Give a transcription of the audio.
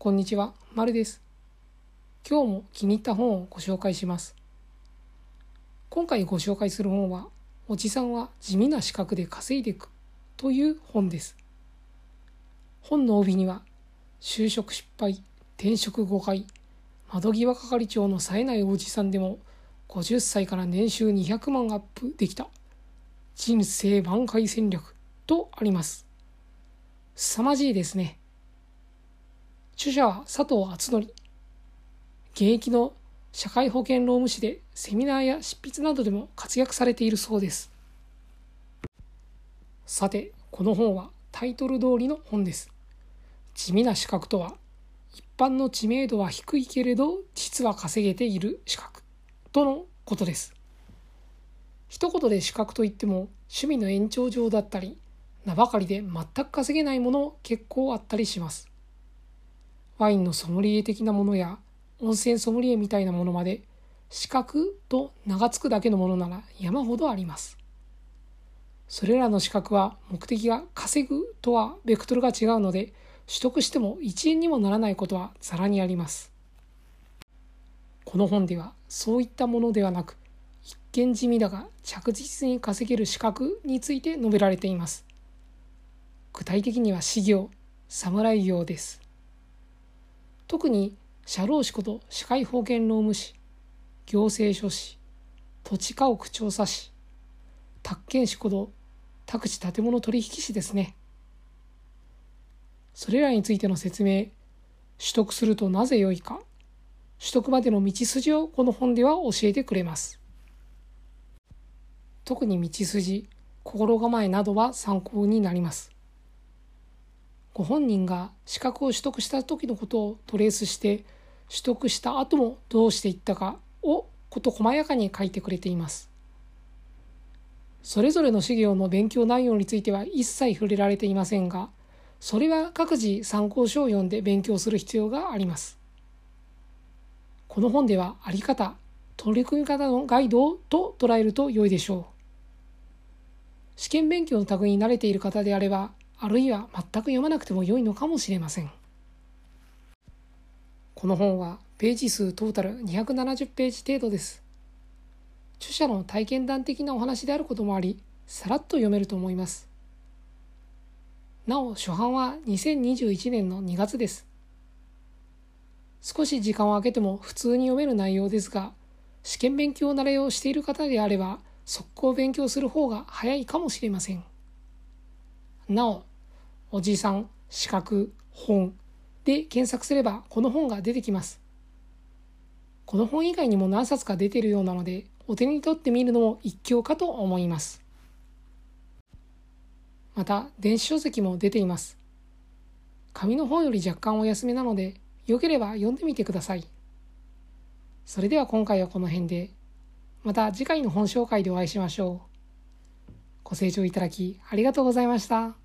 こんにちは、まるです。今日も気に入った本をご紹介します。今回ご紹介する本は、おじさんは地味な資格で稼いでいくという本です。本の帯には、就職失敗、転職5回、窓際係長の冴えないおじさんでも、50歳から年収200万アップできた、人生挽回戦略とあります。凄まじいですね。著者は佐藤敦則。現役の社会保険労務士でセミナーや執筆などでも活躍されているそうです。さて、この本はタイトル通りの本です。地味な資格とは、一般の知名度は低いけれど実は稼げている資格とのことです。一言で資格といっても趣味の延長上だったり、名ばかりで全く稼げないもの結構あったりします。ワインのソムリエ的なものや温泉ソムリエみたいなものまで、資格と名が付くだけのものなら山ほどあります。それらの資格は目的が稼ぐとはベクトルが違うので、取得しても1円にもならないことはざらにあります。この本ではそういったものではなく、一見地味だが着実に稼げる資格について述べられています。具体的には士業、侍業です。特に社労士こと社会保険労務士、行政書士、土地家屋調査士、宅建士こと宅地建物取引士ですね。それらについての説明、取得するとなぜ良いか、取得までの道筋をこの本では教えてくれます。特に道筋、心構えなどは参考になります。ご本人が資格を取得した時のことをトレースして、取得した後もどうしていったかを事細やかに書いてくれています。それぞれの事業の勉強内容については一切触れられていませんが、それは各自参考書を読んで勉強する必要があります。この本ではあり方、取り組み方のガイドと捉えると良いでしょう。試験勉強の類に慣れている方であれば、あるいは全く読まなくても良いのかもしれません。この本はページ数トータル270ページ程度です。著者の体験談的なお話であることもあり、さらっと読めると思います。なお、初版は2021年の2月です。少し時間を空けても普通に読める内容ですが、試験勉強慣れをしている方であれば、速攻勉強する方が早いかもしれません。なお、おじさん、資格、本で検索すればこの本が出てきます。この本以外にも何冊か出ているようなので、お手に取ってみるのも一興かと思います。また、電子書籍も出ています。紙の本より若干お安めなので、よければ読んでみてください。それでは今回はこの辺で、また次回の本紹介でお会いしましょう。ご清聴いただきありがとうございました。